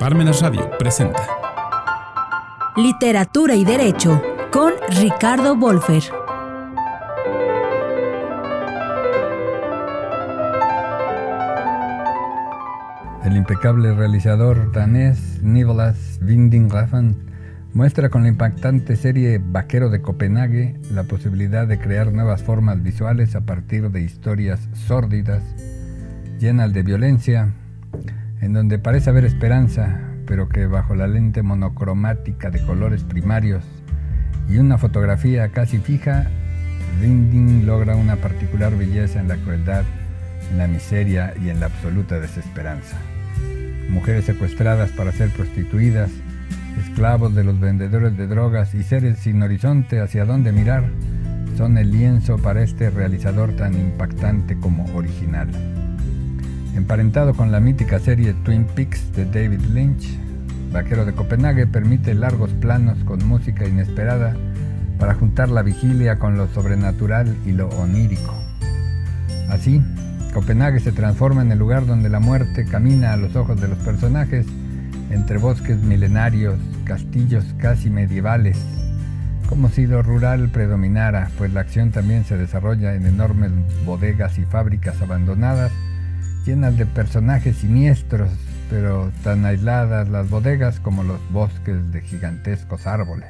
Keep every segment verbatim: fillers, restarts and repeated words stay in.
Parmenas Radio presenta Literatura y Derecho con Ricardo Wolfer. El impecable realizador danés Nicolas Winding Refn muestra con la impactante serie Vaquero de Copenhague la posibilidad de crear nuevas formas visuales a partir de historias sórdidas, llenas de violencia, en donde parece haber esperanza, pero que bajo la lente monocromática de colores primarios y una fotografía casi fija, Winding logra una particular belleza en la crueldad, en la miseria y en la absoluta desesperanza. Mujeres secuestradas para ser prostituidas, esclavos de los vendedores de drogas y seres sin horizonte hacia dónde mirar, son el lienzo para este realizador tan impactante como original. Emparentado con la mítica serie Twin Peaks de David Lynch, Vaquero de Copenhague permite largos planos con música inesperada para juntar la vigilia con lo sobrenatural y lo onírico. Así, Copenhague se transforma en el lugar donde la muerte camina a los ojos de los personajes entre bosques milenarios, castillos casi medievales, como si lo rural predominara, pues la acción también se desarrolla en enormes bodegas y fábricas abandonadas, llenas de personajes siniestros, pero tan aisladas las bodegas como los bosques de gigantescos árboles.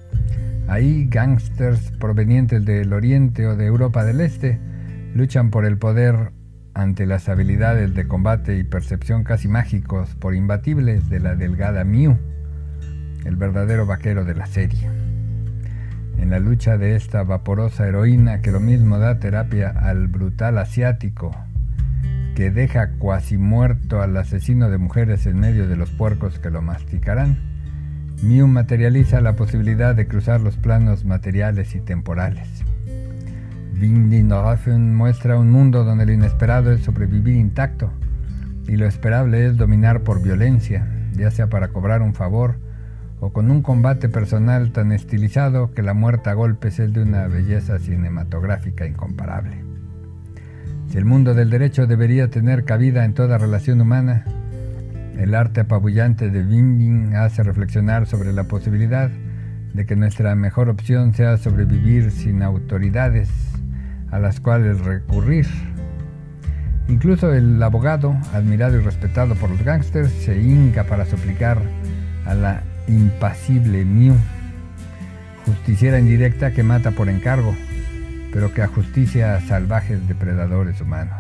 Ahí gángsters provenientes del Oriente o de Europa del Este luchan por el poder ante las habilidades de combate y percepción casi mágicos por imbatibles de la delgada Miu, el verdadero vaquero de la serie. En la lucha de esta vaporosa heroína que lo mismo da terapia al brutal asiático que deja cuasi muerto al asesino de mujeres en medio de los puercos que lo masticarán, Miu materializa la posibilidad de cruzar los planos materiales y temporales. Winding Refn muestra un mundo donde lo inesperado es sobrevivir intacto y lo esperable es dominar por violencia, ya sea para cobrar un favor o con un combate personal tan estilizado que la muerte a golpes es de una belleza cinematográfica incomparable. Si el mundo del derecho debería tener cabida en toda relación humana, el arte apabullante de Winding hace reflexionar sobre la posibilidad de que nuestra mejor opción sea sobrevivir sin autoridades a las cuales recurrir. Incluso el abogado, admirado y respetado por los gángsters, se hinca para suplicar a la impasible Miu, justiciera indirecta que mata por encargo, pero que ajusticia a salvajes depredadores humanos.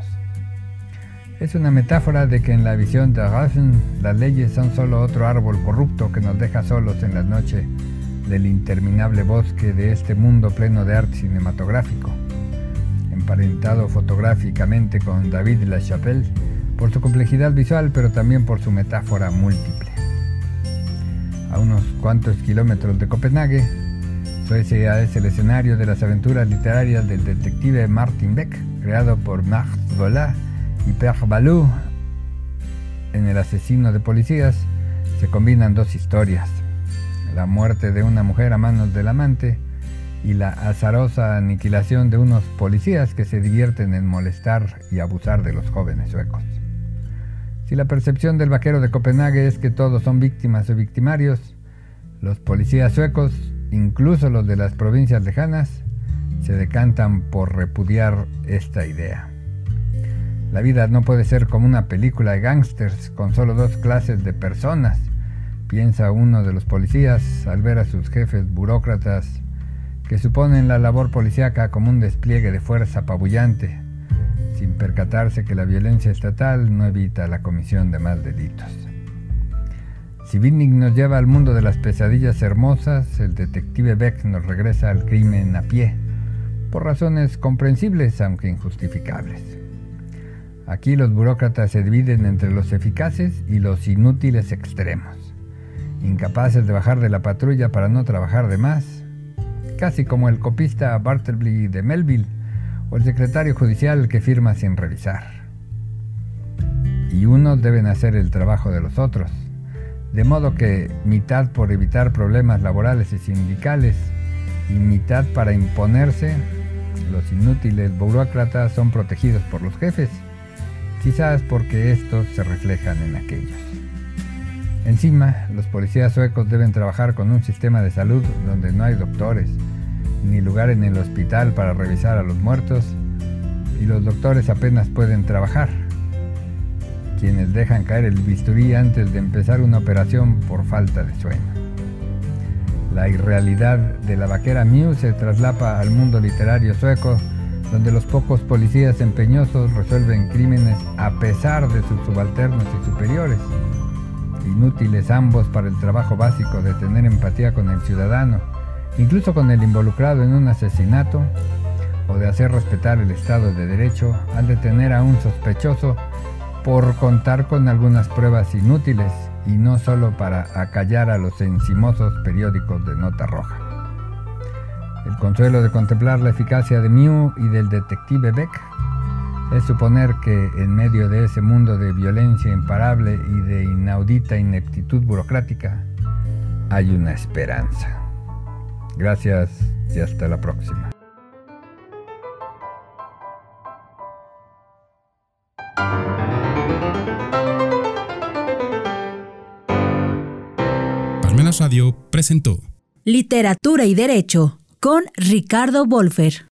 Es una metáfora de que en la visión de Refn las leyes son solo otro árbol corrupto que nos deja solos en la noche del interminable bosque de este mundo pleno de arte cinematográfico, emparentado fotográficamente con David LaChapelle por su complejidad visual, pero también por su metáfora múltiple. A unos cuantos kilómetros de Copenhague, Suecia es el escenario de las aventuras literarias del detective Martin Beck, creado por Max Volat y Per Baloo. En El asesino de policías se combinan dos historias: la muerte de una mujer a manos del amante y la azarosa aniquilación de unos policías que se divierten en molestar y abusar de los jóvenes suecos. Si la percepción del vaquero de Copenhague es que todos son víctimas o victimarios, los policías suecos, incluso los de las provincias lejanas, se decantan por repudiar esta idea. La vida no puede ser como una película de gángsters con solo dos clases de personas, piensa uno de los policías al ver a sus jefes burócratas que suponen la labor policíaca como un despliegue de fuerza apabullante, sin percatarse que la violencia estatal no evita la comisión de más delitos. Si Winding nos lleva al mundo de las pesadillas hermosas, el detective Beck nos regresa al crimen a pie, por razones comprensibles aunque injustificables. Aquí los burócratas se dividen entre los eficaces y los inútiles extremos, incapaces de bajar de la patrulla para no trabajar de más, casi como el copista Bartleby de Melville o el secretario judicial que firma sin revisar. Y unos deben hacer el trabajo de los otros, de modo que mitad por evitar problemas laborales y sindicales y mitad para imponerse, los inútiles burócratas son protegidos por los jefes, quizás porque estos se reflejan en aquellos. Encima, los policías suecos deben trabajar con un sistema de salud donde no hay doctores, ni lugar en el hospital para revisar a los muertos, y los doctores apenas pueden trabajar, quienes dejan caer el bisturí antes de empezar una operación por falta de sueño. La irrealidad de la vaquera Mew se traslapa al mundo literario sueco, donde los pocos policías empeñosos resuelven crímenes a pesar de sus subalternos y superiores, inútiles ambos para el trabajo básico de tener empatía con el ciudadano, incluso con el involucrado en un asesinato, o de hacer respetar el Estado de Derecho al detener a un sospechoso por contar con algunas pruebas inútiles y no solo para acallar a los encimosos periódicos de nota roja. El consuelo de contemplar la eficacia de Mew y del detective Beck es suponer que en medio de ese mundo de violencia imparable y de inaudita ineptitud burocrática hay una esperanza. Gracias y hasta la próxima. Parmenas Radio presentó Literatura y Derecho con Ricardo Bolfer.